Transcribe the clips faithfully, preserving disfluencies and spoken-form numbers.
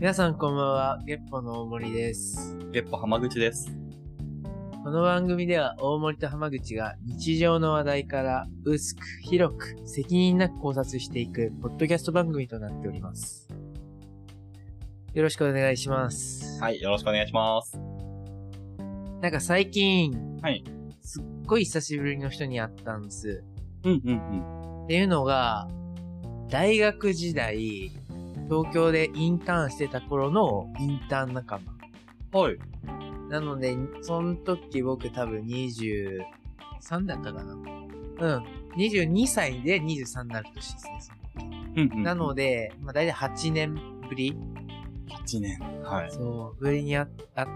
皆さんこんばんは、ゲッポの大森です。 ゲッポ浜口です。 この番組では大森と浜口が日常の話題から薄く広く責任なく考察していくポッドキャスト番組となっております。よろしくお願いします。 はい、よろしくお願いします。 なんか最近、 はい。 すっごい久しぶりの人に会ったんです。 うんうんうん。 っていうのが、大学時代、東京でインターンしてた頃のインターン仲間。はい。 なので、その時僕多分にじゅうさんだったかな。うん。にじゅうにさいでにじゅうさんになる年ですね、その時。 うんうん。 なので、まあ大体はちねんぶり ? はち 年。はい。 そう、ぶりに会って、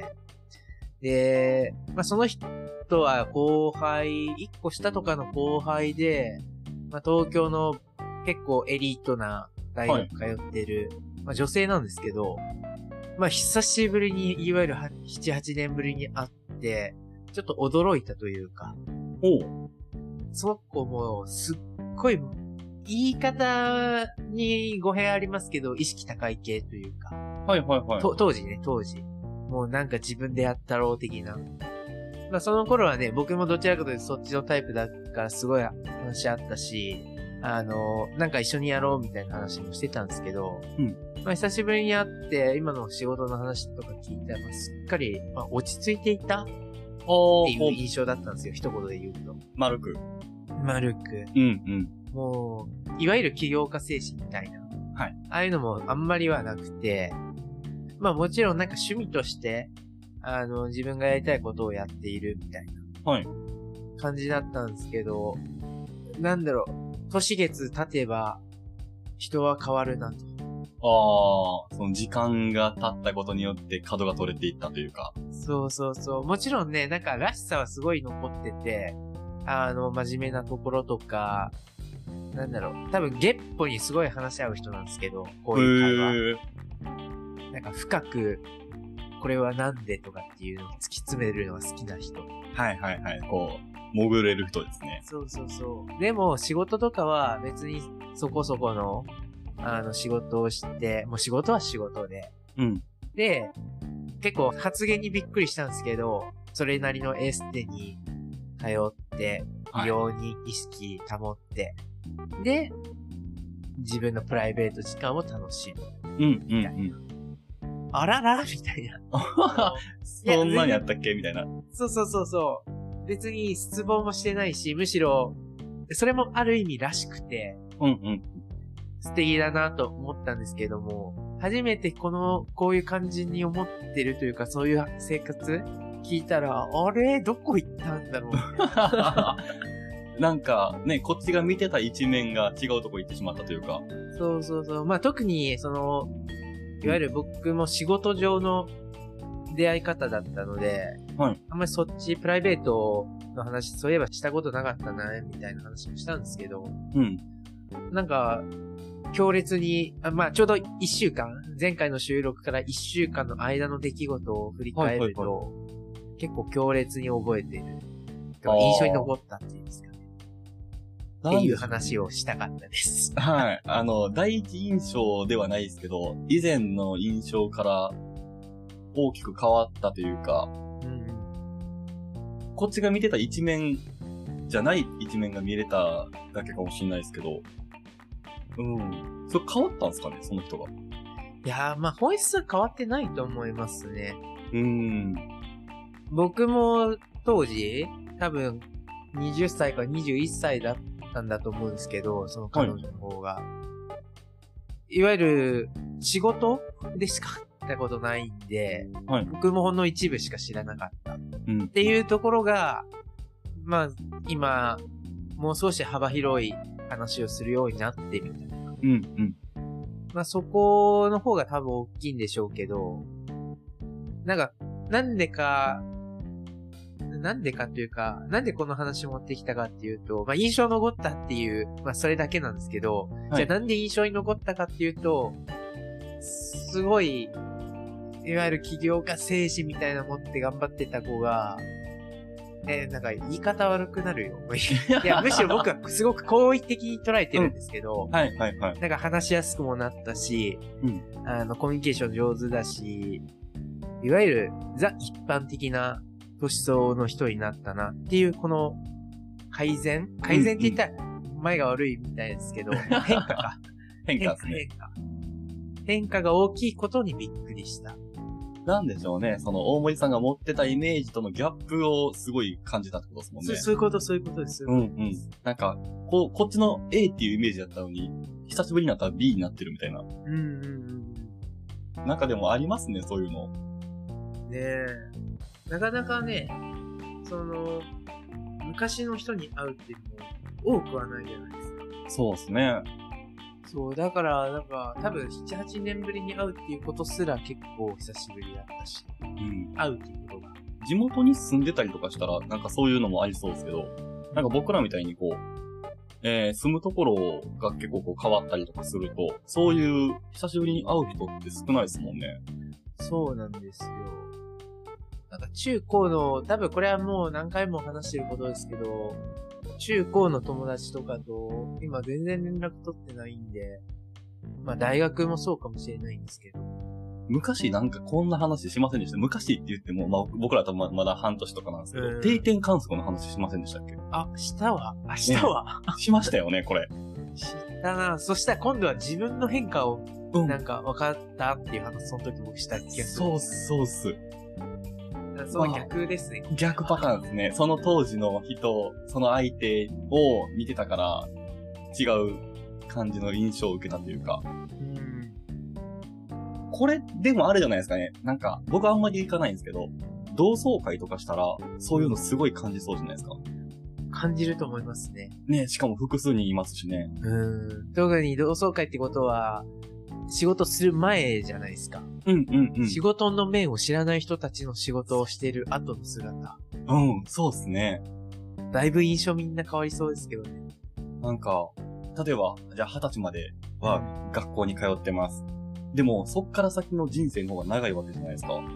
で、まあその人は後輩、いっこ下とかの後輩で、まあ東京の結構エリートな大学通ってる、はい、まあ女性なんですけど、まあ久しぶりに、いわゆるなな、はちねんぶりに会って、ちょっと驚いたというか。 おう。 その子も、すっごい、言い方に語弊ありますけど、意識高い系というか。 はいはいはい。 と当時ね、当時。もうなんか自分でやったろう的な。まあその頃はね、僕もどちらかというとそっちのタイプだからすごい話あったし、あの、なんか一緒にやろうみたいな話もしてたんですけど、 うん。 まあ久しぶりに会って、今の仕事の話とか聞いたら、まあ、すっかり、まあ、落ち着いていたっていう印象だったんですよ、一言で言うと。 丸く。 丸く。 うんうん。 もう、いわゆる起業家精神みたいな。 はい。 ああいうのもあんまりはなくて、まあもちろんなんか趣味として、あの、自分がやりたいことをやっているみたいな。 はい。 感じだったんですけど、なんだろう、年月経てば、人は変わるなと。 ああ、その時間が経ったことによって角が取れていったというか。 そうそうそう。もちろんね、なんからしさはすごい残ってて、あの、真面目なところとか、なんだろう、多分ゲッポにすごい話し合う人なんですけど、こういう会話。なんか深く、これはなんでとかっていうのを突き詰めるのが好きな人。 はいはいはい。こう、潜れる人ですね。 そうそうそう。でも仕事とかは別にそこそこの、あの仕事をして、もう仕事は仕事で。 うん。 で、結構発言にびっくりしたんですけど、それなりのエステに通って、美容に意識保って、はい、で、自分のプライベート時間を楽しむ。 うんうんうん。 あららみたいな。 そんなにあったっけみたいな。 そうそうそうそう。別に失望もしてないし、むしろ、それもある意味らしくて、 うんうん。 素敵だなと思ったんですけども、初めてこの、こういう感じに思ってるというか、そういう生活聞いたら、あれどこ行ったんだろうなんかね、こっちが見てた一面が違うとこ行ってしまったというか。 そうそうそう。まあ特に、その、いわゆる僕も仕事上の出会い方だったので、 はい。 あんまりそっちプライベートの話、そういえばしたことなかったな、みたいな話もしたんですけど、 うん。 なんか、強烈に、あまあちょうどいっしゅうかん、前回の収録からいっしゅうかんの間の出来事を振り返ると、はいはいはい、結構強烈に覚えている。印象に残ったっていうんですかね。っていう話をしたかったです。 はい。あの、第一印象ではないですけど、以前の印象から大きく変わったというか、うん、こっちが見てた一面じゃない一面が見れただけかもしれないですけど、うん。それ変わったんですかね、その人が。 いやー、まあ本質は変わってないと思いますね。 うーん。僕も当時、多分はたちからにじゅういっさいだったんだと思うんですけど、その彼女の方が。はい、いわゆる仕事でしか会ったことないんで、はい、僕もほんの一部しか知らなかった。うん、っていうところが、まあ今、もう少し幅広い話をするようになってみたいな。 うんうん。 まあそこの方が多分大きいんでしょうけど、なんか、なんでか、なんでかっていうか、なんでこの話を持ってきたかっていうと、まあ印象残ったっていう、まあそれだけなんですけど、はい、じゃあなんで印象に残ったかっていうと、すごい、いわゆる起業家精神みたいなの持って頑張ってた子が、 えー、なんか言い方悪くなるよ。いや、むしろ僕はすごく好意的に捉えてるんですけど、 うん、はいはいはい。 なんか話しやすくもなったし、うん、あの、コミュニケーション上手だし、いわゆるザ一般的な年相の人になったなっていう、この改善改善って言ったら前が悪いみたいですけど、変化か。 変化ですね。 変化。変化が大きいことにびっくりした。 なんでしょうね。その大森さんが持ってたイメージとのギャップをすごい感じたってことですもんね。 そう、そういうこと、そういうことです。 うんうん。なんか、こう、こっちの A っていうイメージだったのに、久しぶりになったら B になってるみたいな。うんうんうん。なんかでもありますね、そういうの。 ねえ。なかなかね、その、昔の人に会うっていうのも多くはないじゃないですか。 そうですね。 そう、だから、なんか、多分、なな、はちねんぶりに会うっていうことすら結構久しぶりだったし、うん。会うっていうことが。 地元に住んでたりとかしたら、なんかそういうのもありそうですけど、なんか僕らみたいにこう、えー、住むところが結構こう変わったりとかすると、そういう久しぶりに会う人って少ないですもんね。 そうなんですよ。なんか中高の、多分これはもう何回も話してることですけど、中高の友達とかと、今全然連絡取ってないんで、まあ大学もそうかもしれないんですけど。 昔なんかこんな話しませんでした。昔って言っても、まあ僕らとままだ半年とかなんですけど、定点観測の話しませんでしたっけ？ あ、したわ。あ、したわ。 ね、しましたよね、これ。 したな。そしたら今度は自分の変化を、なんか分かったっていう話、その時僕した気がする。 そうそうっす。 その逆ですね、 まあ。逆パターンですね。その当時の人、その相手を見てたから、違う感じの印象を受けたというか。うん。これ、でもあれじゃないですかね。なんか、僕はあんまり行かないんですけど、同窓会とかしたら、そういうのすごい感じそうじゃないですか。 感じると思いますね。 ね、しかも複数人いますしね。 うん。特に同窓会ってことは、仕事する前じゃないですか。 うんうんうん。 仕事の面を知らない人たちの仕事をしてる後の姿。 うん、そうですね。 だいぶ印象みんな変わりそうですけどね。 なんか、例えば、じゃあ二十歳までは学校に通ってます。でも、そっから先の人生の方が長いわけじゃないですか。うん。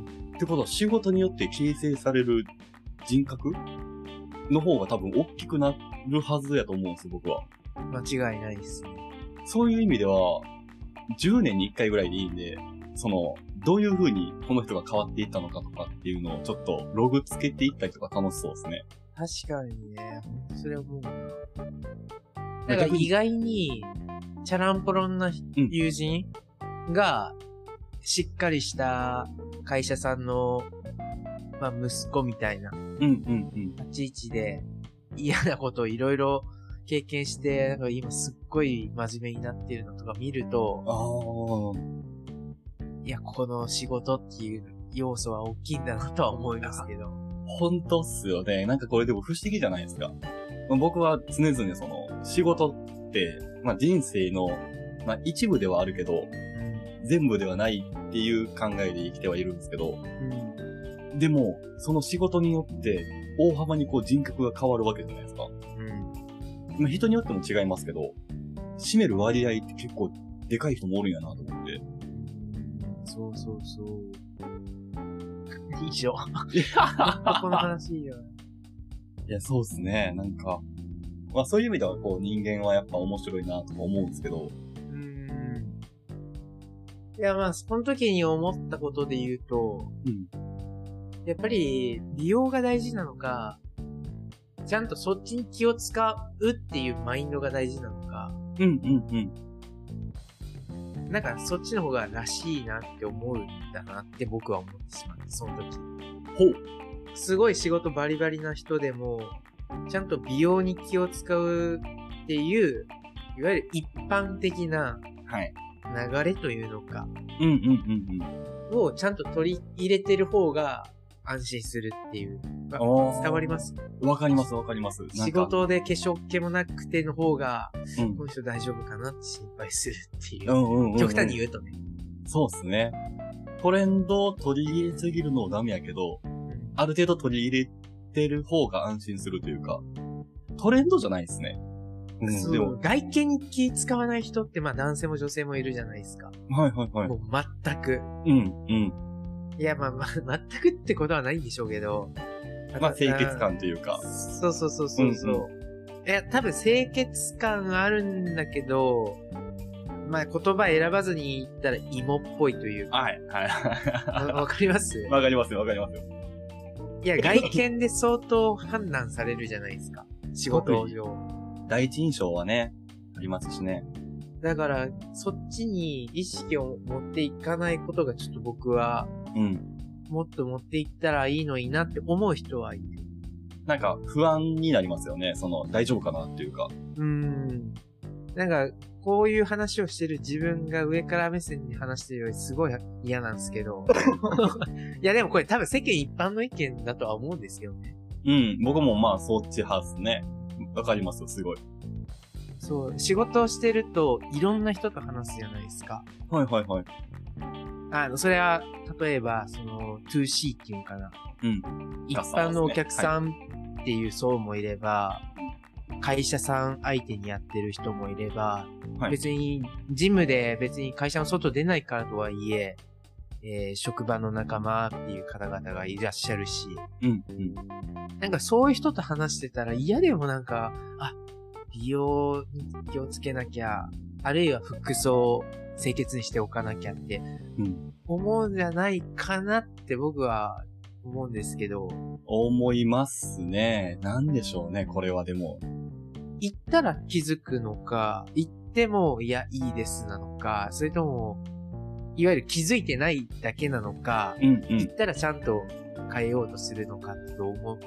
ってことは仕事によって形成される人格の方が多分大きくなるはずやと思うんです、僕は。 間違いないですね。 そういう意味では、じゅうねんにいっかいぐらいでいいんで、その、どういう風にこの人が変わっていったのかとかっていうのをちょっとログつけていったりとか楽しそうですね。 確かにね、ほんとそれ思うな。だから意外に、チャランポロンな友人が、しっかりした会社さんの、まあ息子みたいな、 うんうんうん。 立ち位置で嫌なことをいろいろ経験して、なんか今すっごい真面目になってるのとか見ると、あいや、この仕事っていう要素は大きいんだなとは思いますけど。 本当っすよね。なんかこれでも不思議じゃないですか。僕は常々その、仕事って、まあ人生の、まあ一部ではあるけど、うん、全部ではないっていう考えで生きてはいるんですけど、うん、でも、その仕事によって大幅にこう人格が変わるわけじゃないですか。うん、まあ人によっても違いますけど、占める割合って結構でかい人もおるんやなと思って。 そうそうそう。いいじゃん。この話いいよ。 いや、そうですね。なんか、まあそういう意味ではこう人間はやっぱ面白いなとか思うんですけど。うーん。 いやまあ、その時に思ったことで言うと、うん、やっぱり美容が大事なのか、ちゃんとそっちに気を使うっていうマインドが大事なのか。うんうんうん。なんかそっちの方がらしいなって思うんだなって僕は思ってしまって、その時。ほう。すごい仕事バリバリな人でも、ちゃんと美容に気を使うっていう、いわゆる一般的な流れというのか、うんうんうんうん、をちゃんと取り入れてる方が安心するっていう。伝わります？ わかりますわかります。 仕事で化粧気もなくての方が、うん、この人大丈夫かなって心配するっていう。うんうんうんうん、極端に言うとね。 そうですね。トレンドを取り入れすぎるのもダメやけど、うん、ある程度取り入れてる方が安心するというか、トレンドじゃないですね。 うん、でも外見に気使わない人ってまあ男性も女性もいるじゃないですか。 はいはいはい。 もう全く。うん、うん。いやまあまあ、全くってことはないんでしょうけど、 まあ清潔感というか。 そうそうそうそうそう。うんうん、いや、多分清潔感あるんだけど、まあ言葉選ばずに言ったら芋っぽいというか。 はい、はい。 わかりますわかりますよ、わかりますよ。 いや、外見で相当判断されるじゃないですか。仕事上。 第一印象はね、ありますしね。 だから、そっちに意識を持っていかないことがちょっと僕は、うん。もっと持っていったらいいのになって思う人はいる。 なんか不安になりますよね。その、大丈夫かなっていうか。 うーん。なんか、こういう話をしてる自分が上から目線に話してるよりすごい嫌なんですけど。いやでもこれ多分世間一般の意見だとは思うんですけどね。 うん。僕もまあそっち派っすね。わかりますよ、すごい。 そう。仕事をしてるといろんな人と話すじゃないですか。 はいはいはい。 あの、それは、例えば、その、ツーシー っていうかな。うん。一般のお客さんっていう層もいれば、はい、会社さん相手にやってる人もいれば、はい、別に、ジムで別に会社の外出ないからとはいえ、えー、職場の仲間っていう方々がいらっしゃるし、うんうん、なんかそういう人と話してたら嫌でもなんか、あ、美容に気をつけなきゃ、あるいは服装、清潔にしておかなきゃって、思うんじゃないかなって僕は思うんですけど。 思いますね。なんでしょうね、これはでも。 言ったら気づくのか、言っても、いや、いいですなのか、それとも、いわゆる気づいてないだけなのか、うんうん、言ったらちゃんと変えようとするのかって思います。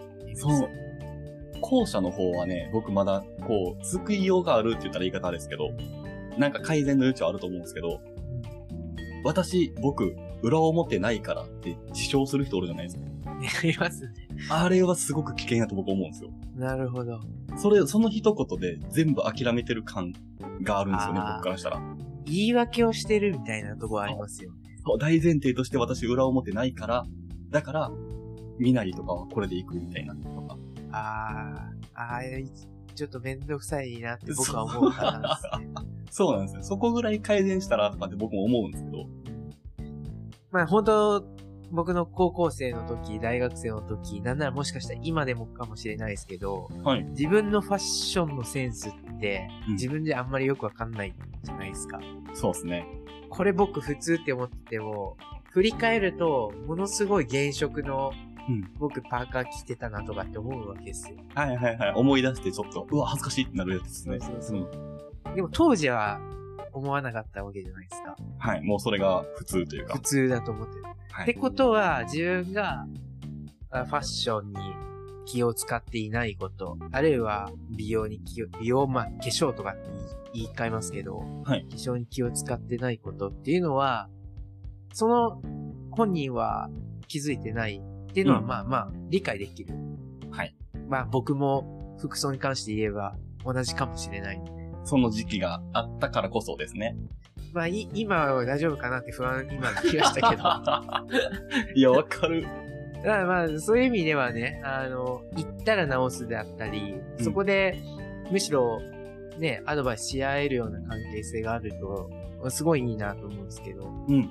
そう。後者の方はね、僕まだ、こう、救いようがあるって言ったら言い方ですけど、なんか改善の余地はあると思うんですけど、私、僕、裏表ないからって自称する人おるじゃないですか。 いますね。 あれはすごく危険だと僕思うんですよ。 なるほど。 それ、その一言で全部諦めてる感があるんですよね、僕からしたら。 言い訳をしてるみたいなところありますよね。 そう、大前提として私裏表ないから、だから、身なりとかはこれでいくみたいなとか。 ああ、ああ、ちょっとめんどくさいなって僕は思うからですね。 そうなんですよ。そこぐらい改善したらとかって僕も思うんですけど。 まあ本当、僕の高校生の時、大学生の時、なんならもしかしたら今でもかもしれないですけど、はい、自分のファッションのセンスって、うん、自分であんまりよくわかんないじゃないですか。 そうですね。 これ僕普通って思ってても、振り返ると、ものすごい原色の、うん、僕パーカー着てたなとかって思うわけですよ。 はいはいはい。思い出してちょっと、うわ、恥ずかしいってなるやつですね。そうそうそう。 うん、でも当時は思わなかったわけじゃないですか。 はい。もうそれが普通というか。 普通だと思ってる。はい、ってことは、自分がファッションに気を使っていないこと、あるいは美容に気を、美容、まあ、化粧とかって言い換えますけど、はい、化粧に気を使ってないことっていうのは、その本人は気づいてないっていうのは、まあまあ理解できる。はい。まあ僕も服装に関して言えば同じかもしれない。 その時期があったからこそですね。 まあい今は大丈夫かなって不安今の気がしたけど。 いや、わかる。 だからまあそういう意味ではね、あの、言ったら直すであったり、うん、そこでむしろね、アドバイスし合えるような関係性があると、すごいいいなと思うんですけど。 うん、うん、うん。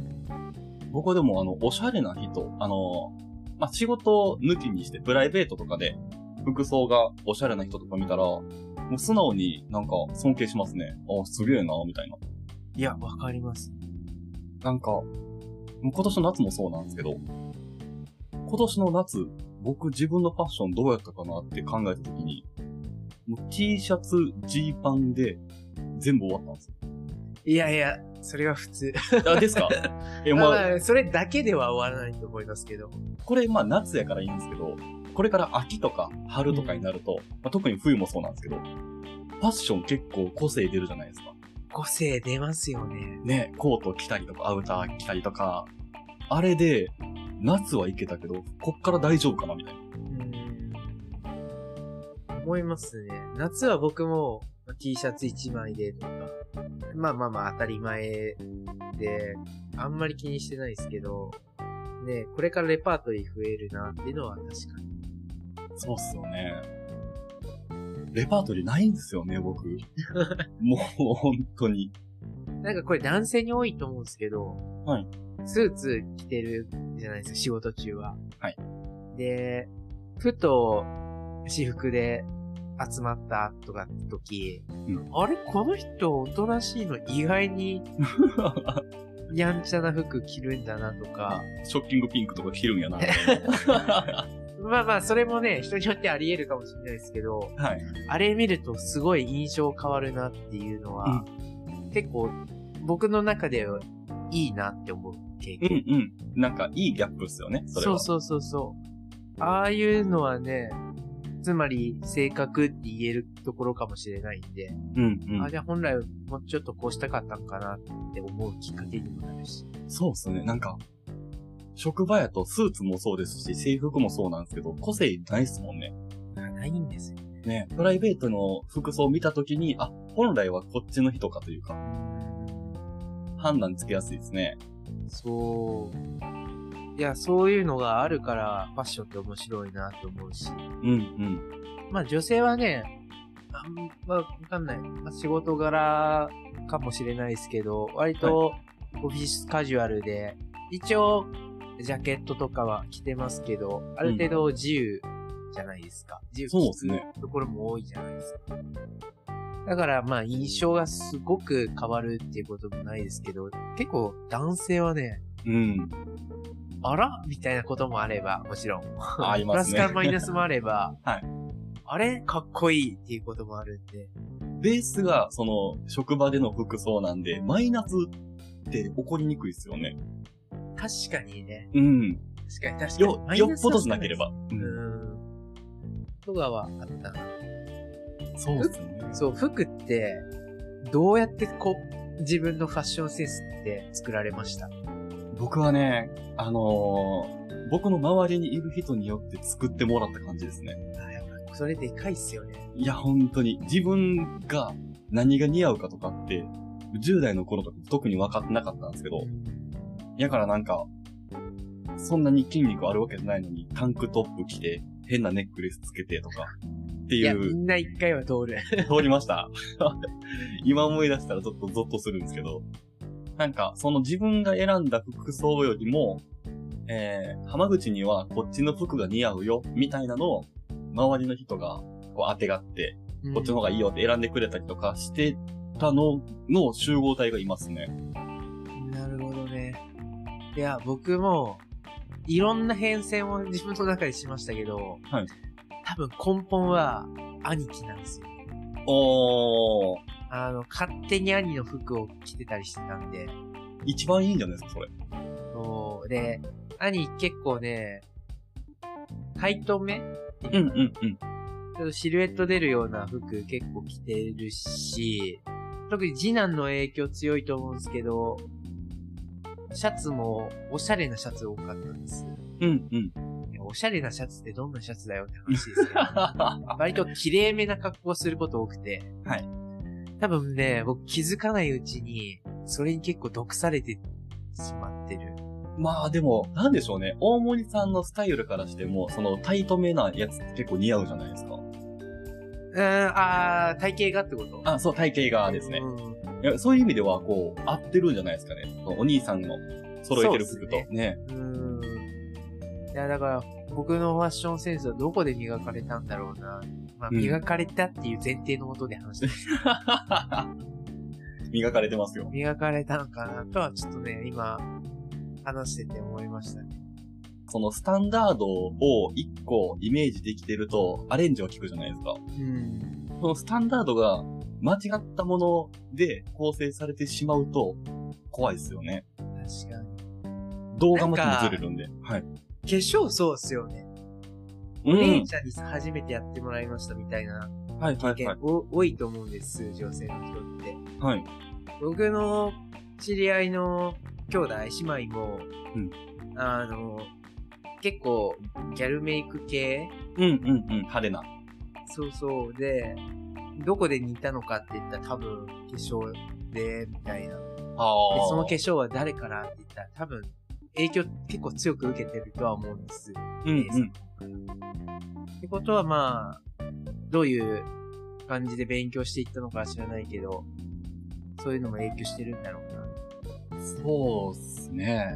僕はでもあの、おしゃれな人、あの、まあ、仕事抜きにしてプライベートとかで服装がおしゃれな人とか見たら、もう素直になんか尊敬しますね。あ、すげえな、みたいな。 いや、わかります。 なんか、今年の夏もそうなんですけど、今年の夏、僕自分のファッションどうやったかなって考えたときに、もう T シャツ、ジーパンで全部終わったんですよ。 いやいや、それは普通。 あ、ですかえ、まあ、まあ、それだけでは終わらないと思いますけど。 これ、まあ夏やからいいんですけど、これから秋とか春とかになると、うんまあ、特に冬もそうなんですけど、ファッション結構個性出るじゃないですか。 個性出ますよね。 ね、コート着たりとか、アウター着たりとか、あれで、夏はいけたけど、こっから大丈夫かなみたいな。 うーん。思いますね。夏は僕も T シャツいちまいでとか、まあまあまあ当たり前で、あんまり気にしてないですけど、ね、これからレパートリー増えるなっていうのは確かに。 そうっすよね。レパートリーないんですよね、僕。もう本当に。 なんかこれ男性に多いと思うんですけど、はい。スーツ着てるじゃないですか、仕事中は。はい。で、 ふと、私服で集まったとかって時、うん、あれこの人おとなしいの意外に、やんちゃな服着るんだなとか。 ショッキングピンクとか着るんやな。 まあまあ、それもね、人によってあり得るかもしれないですけど、 はい、 あれ見るとすごい印象変わるなっていうのは、うん、結構僕の中ではいいなって思う経験。 うんうん。なんかいいギャップですよね、それは。 そうそうそうそう。ああいうのはね、つまり性格って言えるところかもしれないんで、 うんうん。 あ、じゃあ本来もうちょっとこうしたかったんかなって思うきっかけにもなるし。 そうですね。なんか、職場やとスーツもそうですし、制服もそうなんですけど、個性ないっすもんね。 ないんですよね。プライベートの服装を見たときに、あ、本来はこっちの人かというか、判断つけやすいですね。 そう。いや、そういうのがあるからファッションって面白いなと思うし。 うんうん。 まあ女性はね、あんまわかんない。まあ、仕事柄かもしれないですけど、割とオフィスカジュアルで、一応ジャケットとかは着てますけど、ある程度自由じゃないですか。自由そうですね。 ところも多いじゃないですか。だからまあ印象がすごく変わるっていうこともないですけど、結構男性はね、 うん。 あらみたいなこともあれば、もちろん。 ありますね。 プラスからマイナスもあれば、 はい。 あれかっこいいっていうこともあるんで。 ベースが、その、職場での服装なんで、マイナスって起こりにくいですよね。 確かにね。 うん。 確かに確かに。よ、よっぽどじゃなければ。 うん。とかはあったな。 そうですね。 そう、服って、どうやってこう、自分のファッションセンスって作られました？ 僕はね、あのー、僕の周りにいる人によって作ってもらった感じですね。 あ、やっぱそれでかいっすよね。 いや、本当に。自分が何が似合うかとかって、じゅう代の頃とか特に分かってなかったんですけど、やからなんか、そんなに筋肉あるわけじゃないのに、タンクトップ着て、変なネックレスつけてとか、っていう。いや、みんな一回は通る。 通りました今思い出したらちょっとゾッとするんですけど、なんか、その自分が選んだ服装よりも、えー、浜口にはこっちの服が似合うよ、みたいなのを、周りの人がこう当てがって、うん、こっちの方がいいよって選んでくれたりとかしてたのの集合体がいますね。 なるほどね。いや、僕も、いろんな変遷を自分の中でしましたけど、 はい。 多分根本は兄貴なんですよ。 おー。 あの、勝手に兄の服を着てたりしてたんで。 一番いいんじゃないですか、それ。 そう。で、兄結構ね、タイトめ？ うんうんうん。ちょっとシルエット出るような服結構着てるし、特に次男の影響強いと思うんですけど、シャツもおしゃれなシャツ多かったんです。 うんうん。 おしゃれなシャツってどんなシャツだよって話ですけど、割と綺麗めな格好をすること多くて、 はい。 多分ね、僕気づかないうちに、それに結構毒されてしまってる。 まあでも、なんでしょうね。大森さんのスタイルからしても、そのタイトめなやつって結構似合うじゃないですか。 うーん、あー、体型がってこと？ あ、そう、体型がですね。いやそういう意味では、こう、合ってるんじゃないですかね。お兄さんの揃えてる服と。ね。ねうーん。いや、だから、僕のファッションセンスはどこで磨かれたんだろうな。まあ、磨かれたっていう前提のもとで話してます、 うん。磨かれてますよ。 磨かれたのかなとはちょっとね、今、話してて思いましたね。 そのスタンダードを一個イメージできてると、アレンジは効くじゃないですか。 うん。 そのスタンダードが間違ったもので構成されてしまうと、怖いですよね。 確かに。 動画までずれるんで。はい。 化粧そうっすよね。お姉ちゃんに初めてやってもらいましたみたいな経験、はいはいはい、多いと思うんです、女性の人って。 はい。 僕の知り合いの兄弟、姉妹も、 うん、 あの、結構ギャルメイク系うんうんうん、派手な。 そうそう。で、どこで似たのかって言ったら多分化粧で、みたいな。で、その化粧は誰からって言ったら多分影響結構強く受けてるとは思うんです。 うん、うん。 ってことはまあ、どういう感じで勉強していったのかは知らないけど、そういうのも影響してるんだろうな。 そうっすね。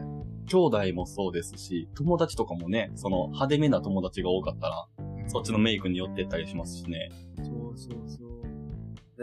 兄弟もそうですし、友達とかもね、その派手めな友達が多かったら、うん、そっちのメイクに寄ってったりしますしね。 そうそうそう。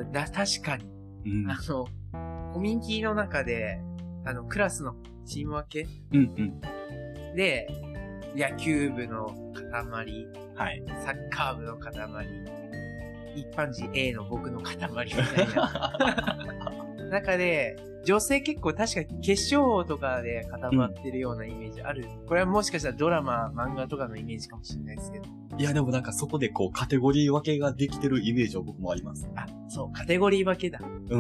だ、だ確かに。 うん、 あの、コミュニティの中で、あの、クラスのチーム分けうんうん。 で、野球部の塊、 はい。 サッカー部の塊、一般人 A の僕の塊みたいな。中で、女性結構確かに化粧とかで固まってるようなイメージある。うん、これはもしかしたらドラマ、漫画とかのイメージかもしれないですけど。 いやでもなんかそこでこうカテゴリー分けができてるイメージは僕もあります。 あ、そう、カテゴリー分けだ。 うん。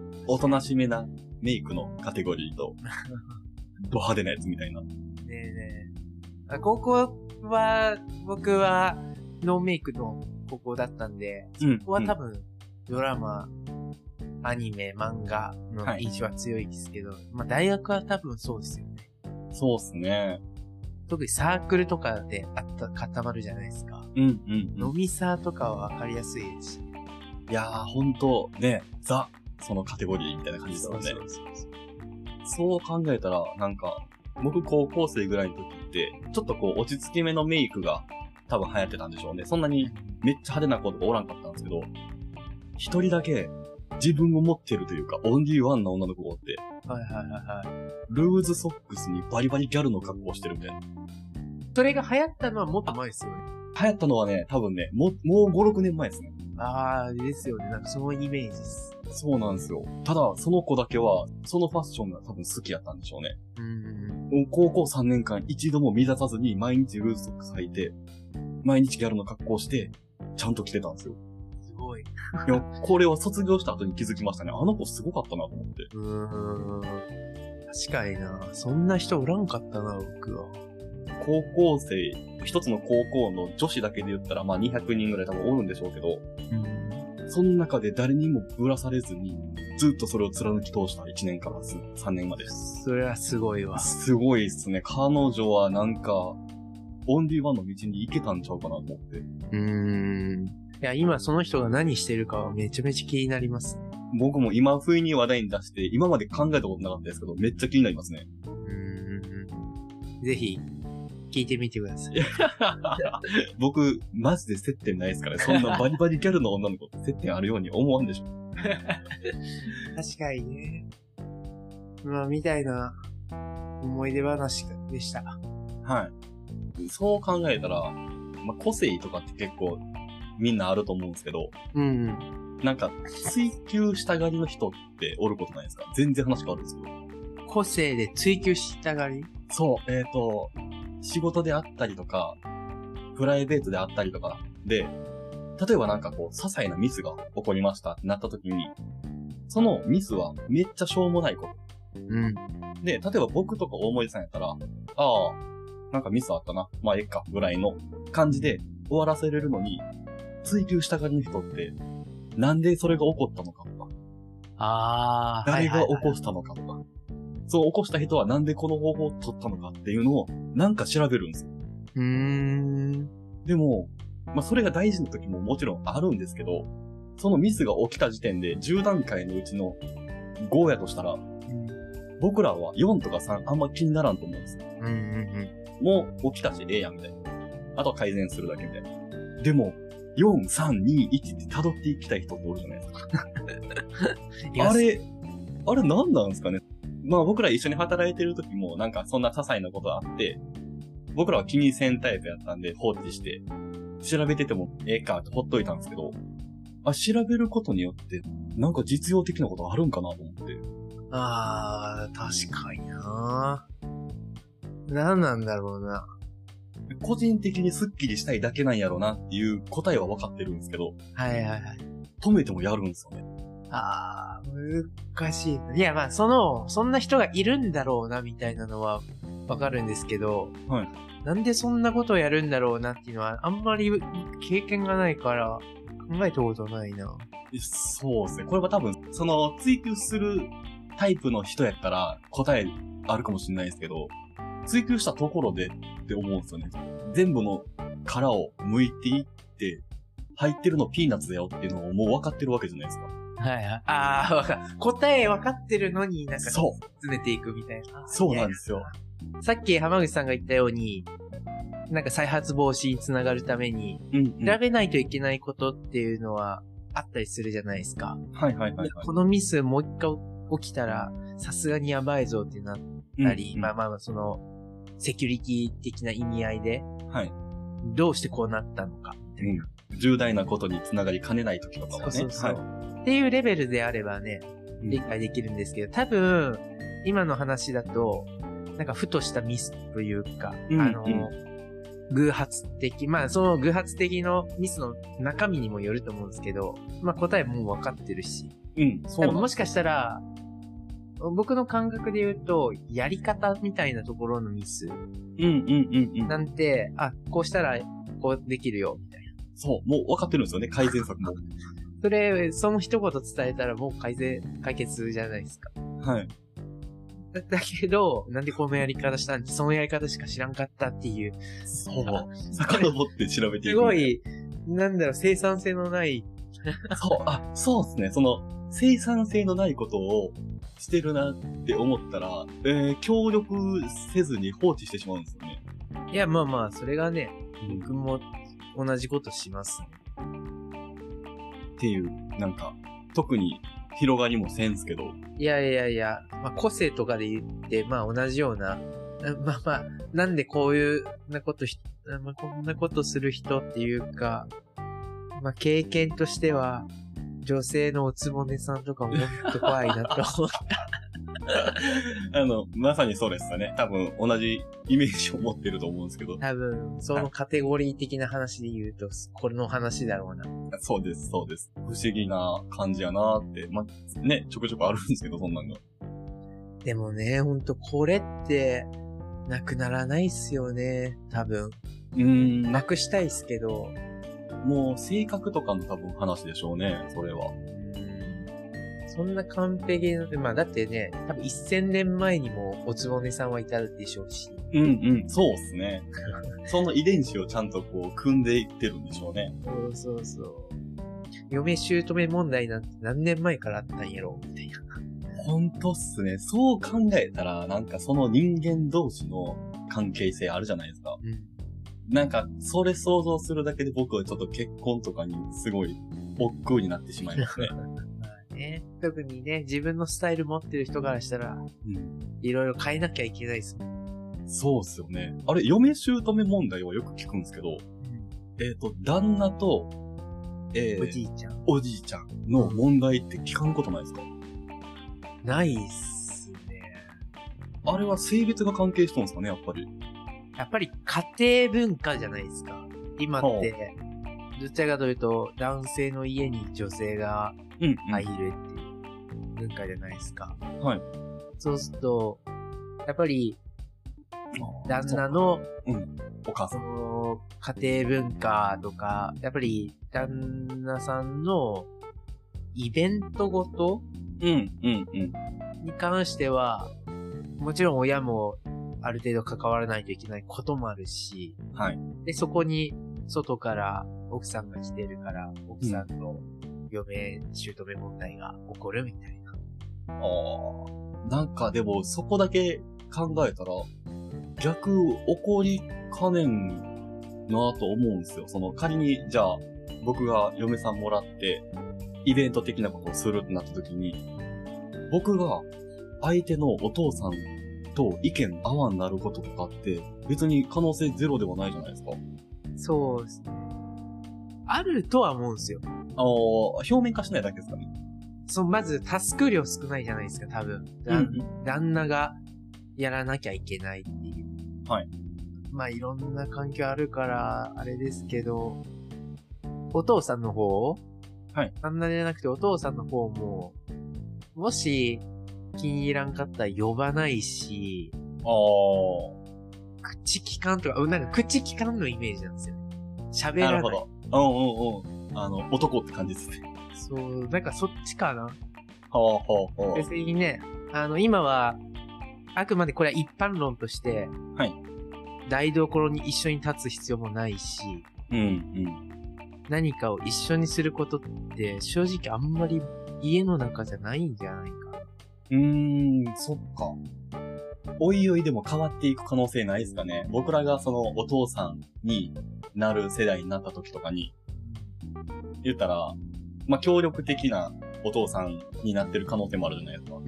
おとなしめなメイクのカテゴリーと、ド派手なやつみたいな。ねえねえ。高校は、僕はノーメイクの高校だったんで、そこは多分、ドラマ、アニメ、漫画の印象は強いですけど、はい、まあ大学は多分そうですよね。 そうですね。 特にサークルとかであった固まるじゃないですか。 うんうん、うん。 飲みサーとかは分かりやすいですし。 いやー、ほんと、ね、ザ、そのカテゴリーみたいな感じですよね。そうそうそうそう。そう考えたら、なんか、僕高校生ぐらいの時って、ちょっとこう落ち着きめのメイクが多分流行ってたんでしょうね。そんなにめっちゃ派手な子とかおらんかったんですけど、一人だけ自分を持ってるというか、オンリーワンな女の子がおって、 はいはいはいはい。 ルーズソックスにバリバリギャルの格好をしてるみたいな。 それが流行ったのはもっと前ですよね。 流行ったのはね、多分ね、もう、もうご、ろくねんまえですね。 あー、ですよね。なんかそのイメージです。 そうなんですよ。ただ、その子だけは、そのファッションが多分好きやったんでしょうね。 うん。 もう高校さんねんかん一度も乱さずに毎日ルーズソックス履いて、毎日ギャルの格好をして、ちゃんと着てたんですよ。 すごい。いや、これは卒業した後に気づきましたね。あの子すごかったなと思って。 うーん。確かにな。そんな人おらんかったな、僕は。 高校生、一つの高校の女子だけで言ったら、まあにひゃくにんぐらい多分おるんでしょうけど、うん、その中で誰にもぶらされずに、ずっとそれを貫き通したいちねんからさんねんまでです。 それはすごいわ。 すごいっすね。彼女はなんか、オンリーワンの道に行けたんちゃうかなと思って。 うーん。いや、今その人が何してるかはめちゃめちゃ気になりますね。 僕も今不意に話題に出して、今まで考えたことなかったですけど、めっちゃ気になりますね。 うーん。ぜひ、聞いてみてください。 僕、マジで接点ないですからね。そんなバリバリギャルの女の子って接点あるように思わんでしょ。 確かにね。まあ、みたいな思い出話でした。 はい。そう考えたら、まあ、個性とかって結構みんなあると思うんですけど、 うん、 なんか追求したがりの人っておることないですか？全然話変わるんですけど。 個性で追求したがり？ そう、えっと、仕事であったりとか、プライベートであったりとかで、例えばなんかこう、些細なミスが起こりましたってなった時に、そのミスはめっちゃしょうもないこと。 うん。 で、例えば僕とか大森さんやったら、ああ、なんかミスあったな。まあ、えっか、ぐらいの感じで終わらせれるのに、追求したがりの人って、なんでそれが起こったのかとか。 ああ、 誰が起こしたのかとか。そう起こした人はなんでこの方法を取ったのかっていうのを、なんか調べるんですよ。 うーん。 でも、まあ、それが大事な時ももちろんあるんですけど、そのミスが起きた時点でじゅう段階のうちのごやとしたら、うん、僕らはよんとかさんあんま気にならんと思うんですよ。 うんうんうん、 もう起きたしええやんみたいな。あとは改善するだけみたいな。でも、よん、さん、に、いちって辿っていきたい人っておるじゃないですか。あれ、あれ何なんですかね。まあ僕ら一緒に働いてる時もなんかそんな些細なことあって、僕らは気にせんタイプやったんで放置して、調べててもええかってほっといたんですけど、あ、調べることによってなんか実用的なことあるんかなと思って。 あー、確かにな。何なんだろうな。 個人的にスッキリしたいだけなんやろうなっていう答えは分かってるんですけど、 はいはいはい。 止めてもやるんですよね。 あー、難しい。いやまあその、そんな人がいるんだろうなみたいなのは分かるんですけど、 はい。 なんでそんなことをやるんだろうなっていうのはあんまり経験がないから考えたことないな。 そうですね。これは多分、その追求するタイプの人やったら答えあるかもしれないですけど、追求したところでって思うんですよね。全部の殻を剥いていって、入ってるのピーナッツだよっていうのをもう分かってるわけじゃないですか。 はいはい。ああ、わか答え分かってるのになんか、 そう。 詰めていくみたいな。 そうなんですよ。 さっき浜口さんが言ったように、なんか再発防止につながるために、 うん、うん。 調べないといけないことっていうのはあったりするじゃないですか。 はいはいはい、はい。 このミスもう一回起きたら、さすがにやばいぞってなったり、 うんうん、 まあまあまあ、その、セキュリティ的な意味合いで、 はい。 どうしてこうなったのか、みたいな。 うん。重大なことにつながりかねない時とかはね。 そうそうそう、 はい。 っていうレベルであればね、 うん、 理解できるんですけど、多分、今の話だと、なんかふとしたミスというか、 うん、 あの、 うん偶発的、まあその偶発的のミスの中身にもよると思うんですけど、まあ答えもう分かってるし。 うん、そうなんもしかしたら、僕の感覚で言うと、やり方みたいなところのミス。 うんうんうんうん。 なんて、あ、こうしたらこうできるよ、みたいな。 そう、もう分かってるんですよね、改善策も。 それ、その一言伝えたらもう改善、解決じゃないですか。 はい。 だだけど、なんでこのやり方したんで、そのやり方しか知らんかったっていう。 そう。遡って調べていく。 すごい、なんだろう、生産性のない。 そう、あ、そうですね。その、生産性のないことをしてるなって思ったら、えー、協力せずに放置してしまうんですよね。 いや、まあまあ、それがね、僕も同じことします、ね。 っていう、なんか、特に広がりもせんすけど。 いやいやいや、まあ個性とかで言って、まあ同じような、まあまあ、なんでこういうなことひ、まあこんなことする人っていうか、まあ経験としては、女性のおつぼねさんとかももっと怖いなと思った。 あの、まさにそうですよね。多分同じイメージを持ってると思うんですけど。 多分、そのカテゴリー的な話で言うと、これの話だろうな。 そうです、そうです。不思議な感じやなーって。まあ、ね、ちょくちょくあるんですけど、そんなんが。 でもね、ほんとこれって、なくならないっすよね、多分。 うーん。 なくしたいっすけど。 もう、性格とかの多分話でしょうね、それは。 そんな完璧な、まあだってね、多分せんねんまえにもおつぼねさんはいたでしょうし。 うんうん、そうっすね。その遺伝子をちゃんとこう、組んでいってるんでしょうね。 そうそうそう。嫁姑問題なんて何年前からあったんやろみたいな。 ほんとっすね。そう考えたら、なんかその人間同士の関係性あるじゃないですか。うん。なんか、それ想像するだけで僕はちょっと結婚とかにすごい、億劫になってしまいますね。 ね、特にね、自分のスタイル持ってる人からしたら、うん、いろいろ変えなきゃいけないですもん。 そうっすよね。あれ、嫁姑問題はよく聞くんですけど、うん、えっと、旦那と、 えー、おじいちゃん。 おじいちゃんの問題って聞かんことないですか？ ないっすね。 あれは性別が関係してるんですかね、やっぱり。 やっぱり家庭文化じゃないですか。今って、どちらかというと、男性の家に女性が入るっていう文化じゃないですか。 うんうん、はい。 そうすると、やっぱり、旦那の、 うん、お母さん。 家庭文化とか、やっぱり旦那さんのイベントごと、 うん、うん、うん。 に関しては、もちろん親もある程度関わらないといけないこともあるし、 はい。 で、そこに外から奥さんが来てるから、奥さんの嫁、姑問題が起こるみたいな。 ああ。なんかでも、そこだけ考えたら、逆起こりかねんなと思うんですよ。その仮に、じゃあ、僕が嫁さんもらって、イベント的なことをするってなった時に、僕が相手のお父さんと意見合わんなることとかって、別に可能性ゼロではないじゃないですか。 そうですね。あるとは思うんですよ。 ああ、表面化しないだけですかね。 そう、まずタスク量少ないじゃないですか、多分。うんうん、旦那がやらなきゃいけないっていう。 はい。 まあいろんな環境あるから、あれですけど、お父さんの方はい。 旦那じゃなくてお父さんの方も、もし気に入らんかったら呼ばないし、 ああ。 口聞かんとか、なんか口聞かんのイメージなんですよね。喋らない。 なるほど。うんうんうん。あの、男って感じですね。 そう、なんかそっちかな。 はあはあはあ。 別にね、あの、今は、あくまでこれは一般論として、 はい。 台所に一緒に立つ必要もないし、 うんうん。 何かを一緒にすることって正直あんまり家の中じゃないんじゃないかな。 うーん、そっか。 おいおいでも変わっていく可能性ないですかね。僕らがそのお父さんになる世代になった時とかに、言ったら、まあ、協力的なお父さんになってる可能性もあるじゃないですか。 うん。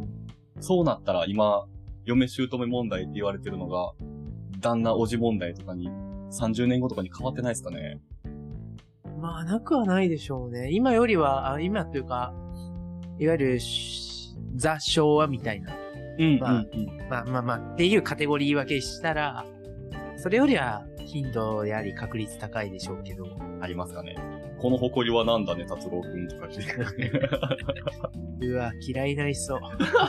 そうなったら今、嫁姑問題って言われてるのが、旦那おじ問題とかにさんじゅうねんごとかに変わってないですかね。 まあ、なくはないでしょうね。今よりは、あ今というか、いわゆる、ザ・昭和みたいな。 うん、 まあ、 うん、うん。 まあまあまあ、っていうカテゴリー分けしたら、それよりは頻度であり確率高いでしょうけど。 ありますかね。この誇りはなんだね、達郎くんとか聞いて。 うわ、嫌いなりそう。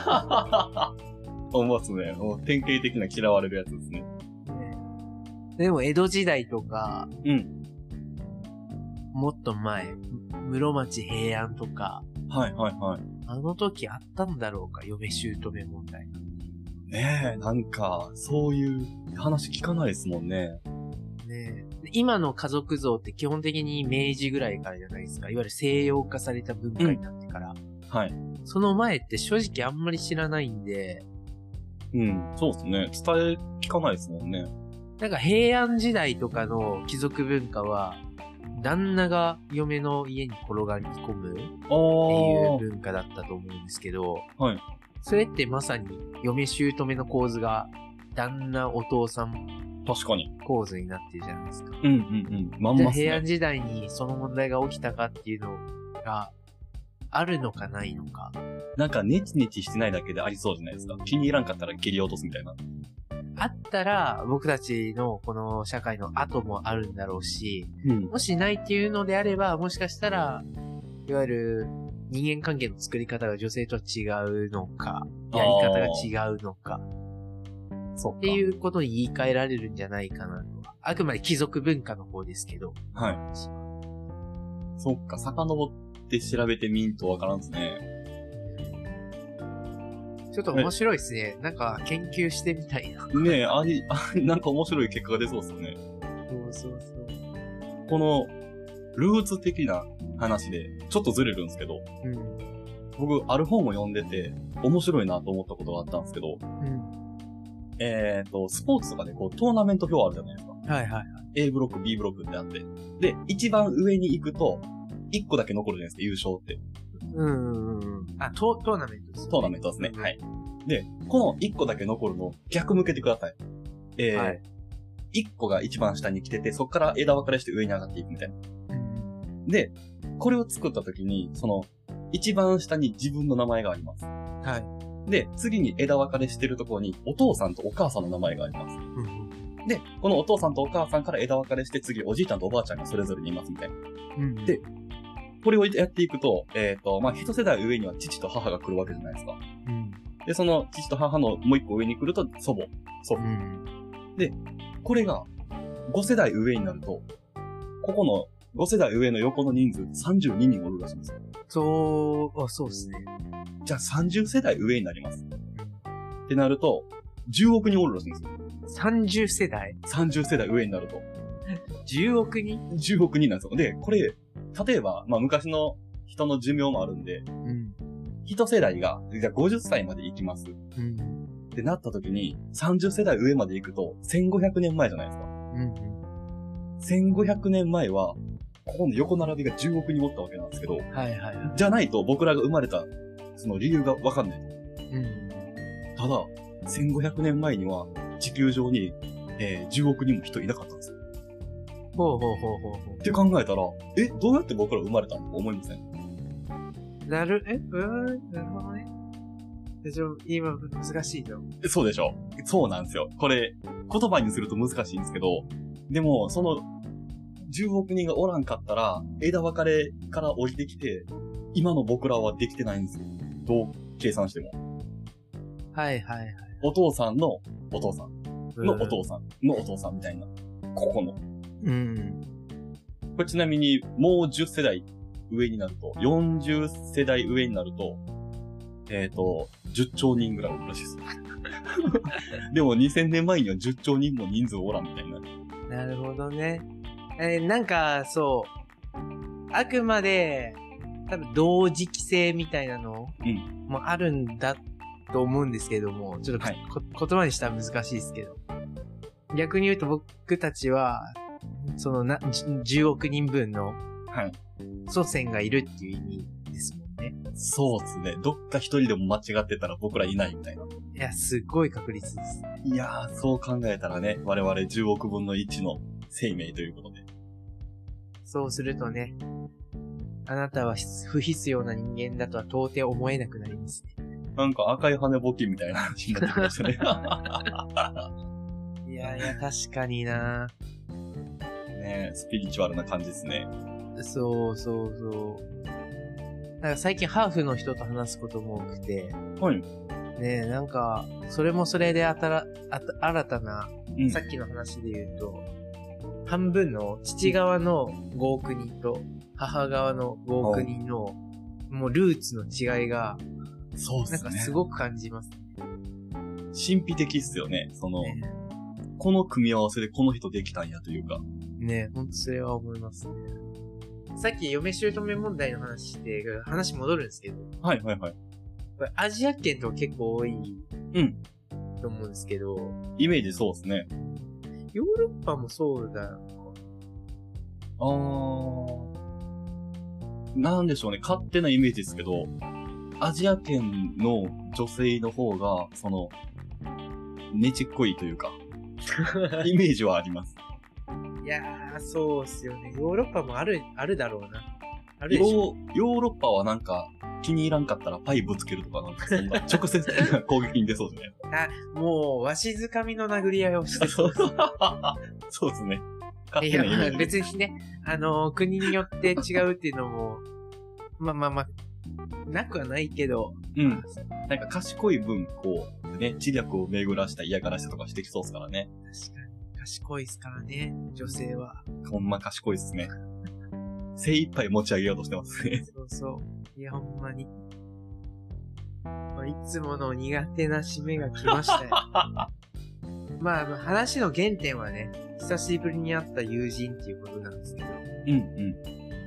思いますね。もう典型的な嫌われるやつですね。 ねでも、江戸時代とか、 うん。 もっと前、室町平安とか、 はいはいはい。 あの時あったんだろうか、嫁姑問題。 ねえ、なんか、そういう話聞かないですもんね。 ねえ今の家族像って基本的に明治ぐらいからじゃないですか。いわゆる西洋化された文化になってから。うん、 はい。 その前って正直あんまり知らないんで。 うん、そうですね。伝え聞かないですもんね。 なんか平安時代とかの貴族文化は、旦那が嫁の家に転がり込むっていう文化だったと思うんですけど、 はい。 それってまさに嫁姑の構図が旦那お父さん確かに構図になってるじゃないですか。 うんうんうん。まんまっすね。 じゃあ平安時代にその問題が起きたかっていうのがあるのかないのか。 なんかネチネチしてないだけでありそうじゃないですか。気に入らんかったら切り落とすみたいな。 あったら僕たちのこの社会の後もあるんだろうし、 うん、 もしないっていうのであれば、もしかしたら、いわゆる人間関係の作り方が女性とは違うのか、やり方が違うのか、 そうかっていうことに言い換えられるんじゃないかなとは。あくまで貴族文化の方ですけど。 はい。そっか、遡って調べてみんとわからんですね。 ちょっと面白いですね。なんか研究してみたいな。 ねえ、あり、あなんか面白い結果が出そうですね。 そうそうそう。 この、ルーツ的な話で、ちょっとずれるんですけど、 うん、 僕、ある本を読んでて、面白いなと思ったことがあったんですけど、 うん、 えっと、スポーツとかでこう、トーナメント表あるじゃないですか。 はいはいはい。 A ブロック、B ブロックってあって。で、一番上に行くと、いっこだけ残るじゃないですか、優勝って。 うんうんうん。あ、トー、トーナメントですね。 トーナメントですね。はい。で、このいっこだけ残るのを逆向けてください。えー、はい、いっこが一番下に来てて、そこから枝分かれして上に上がっていくみたいな。うん、で、これを作った時に、その、一番下に自分の名前があります。はい。で、次に枝分かれしてるところに、お父さんとお母さんの名前があります。うん、で、このお父さんとお母さんから枝分かれして、次おじいちゃんとおばあちゃんがそれぞれにいますみたいな。うん、で、これをやっていくと、えっと、まあ、一世代上には父と母が来るわけじゃないですか。うん、で、その父と母のもう一個上に来ると祖母、祖父。うん、で、これがご世代上になると、ここのご世代上の横の人数さんじゅうににんおるらしいんですよ。 そう、あ、そうですね。 じゃあさんじゅう世代上になります。うん、ってなると、じゅうおくにんおるらしいんですよ。 さんじゅう世代 ? さんじゅう世代上になると。 じゅうおくにん ? じゅうおくにんなんですよ。で、これ、例えば、まあ昔の人の寿命もあるんで、うん、一世代が、じゃあごじゅっさいまで生きます。うん、ってなった時に、さんじゅう世代上まで行くと、せんごひゃくねんまえじゃないですか。うん、せんごひゃくねんまえは、ここの横並びがじゅうおくにんおったわけなんですけど、はいはいはい。じゃないと僕らが生まれた、その理由がわかんない。うん、ただ、せんごひゃくねんまえには、地球上に、えー、じゅうおくにんも人いなかったんですよ。 ほうほうほうほうほう。 って考えたら、え、どうやって僕ら生まれたのと思いません？ なる、え、うーん、なるほどね。でしょ、今、難しいよ。 そうでしょ。そうなんですよ。これ、言葉にすると難しいんですけど、でも、その、じゅうおくにんがおらんかったら、枝分かれから降りてきて、今の僕らはできてないんですよ。どう計算しても。 はいはいはい。 お父さんのお父さんのお父さんのお父さんみたいな。ここの。うん。これちなみに、もうじゅっせだい上になると、よんじゅっせだい上になると、えっと、じゅっちょうにんぐらいおるらしいです。でもにせんねんまえにはじゅっちょうにんも人数おらんみたいな。 なるほどね。えー、なんか、そう。あくまで、多分同時期性みたいなのもあるんだと思うんですけども、ちょっと、 はい、 こ言葉にしたら難しいですけど。逆に言うと僕たちは、そのな、じゅうおく人分の祖先がいるっていう意味ですもんね。 そうですね。どっか一人でも間違ってたら僕らいないみたいな。 いや、すごい確率ですね。 いやー、そう考えたらね、我々じゅうおくぶんのいちの生命ということで。 そうするとね、あなたは不必要な人間だとは到底思えなくなりますね。 なんか赤い羽ぼきみたいな話になってきましたね。 いやいや、確かになねスピリチュアルな感じですね。 そうそうそう。なんか最近ハーフの人と話すことも多くて。 はい。 ねえ、なんか、それもそれであたら、あた、新たな、 うん、 さっきの話で言うと、半分の父側のごおくにんと母側のごおくにんの、もうルーツの違いが、 そうですね。 なんかすごく感じますね。 神秘的っすよね。その、 ね、 この組み合わせでこの人できたんやというか。 ねえ、ほんとそれは思いますね。さっき嫁姑問題の話して、話戻るんですけど。 はいはいはい。 これアジア圏と結構多い。 うん。 と思うんですけど。 イメージそうですね。 ヨーロッパもそうだよ。 あー。なんでしょうね。勝手なイメージですけど、アジア圏の女性の方が、その、ねちっこいというか、イメージはあります。 いやー、そうっすよね。ヨーロッパもある、あるだろうな。あるでしょ。 ヨーロッパはなんか、気に入らんかったらパイぶつけるとか、なんかそんな直接的な攻撃に出そうですね。 あ、もう、わしづかみの殴り合いをしてそう。 そうですね。 いや、まあ、別にね、あのー、国によって違うっていうのも、まあまあまあ、なくはないけど。 うん。なんか賢い分、こう、ね、知略を巡らした嫌がらせとかしてきそうですからね。 確かに。賢いっすからね、女性は。 ほんま賢いっすね。精一杯持ち上げようとしてますね。 そうそう。いや、ほんまに。いつもの苦手な締めが来ましたよ。まあ、話の原点はね、久しぶりに会った友人っていうことなんですけど。 うんうん。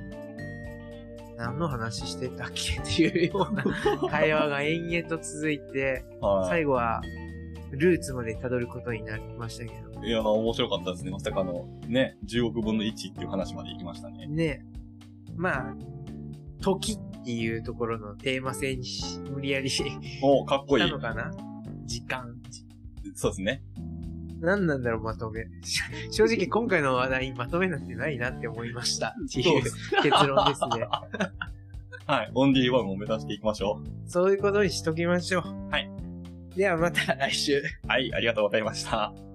何の話してたっけっていうような会話が延々と続いて、最後はルーツまで辿ることになりましたけど。 いや、面白かったですね。まさかの、ね、じゅうおくぶんのいちっていう話まで行きましたね。 ね。まあ、時っていうところのテーマ性に無理やりおかっこいい。 したのかな？時間。 そうですね。 何なんだろう、まとめ。正直今回の話題まとめなんてないなって思いました。っていう結論ですね。 はい。オンリーワンを目指していきましょう。そういうことにしときましょう。 はい。 ではまた来週。 はい、ありがとうございました。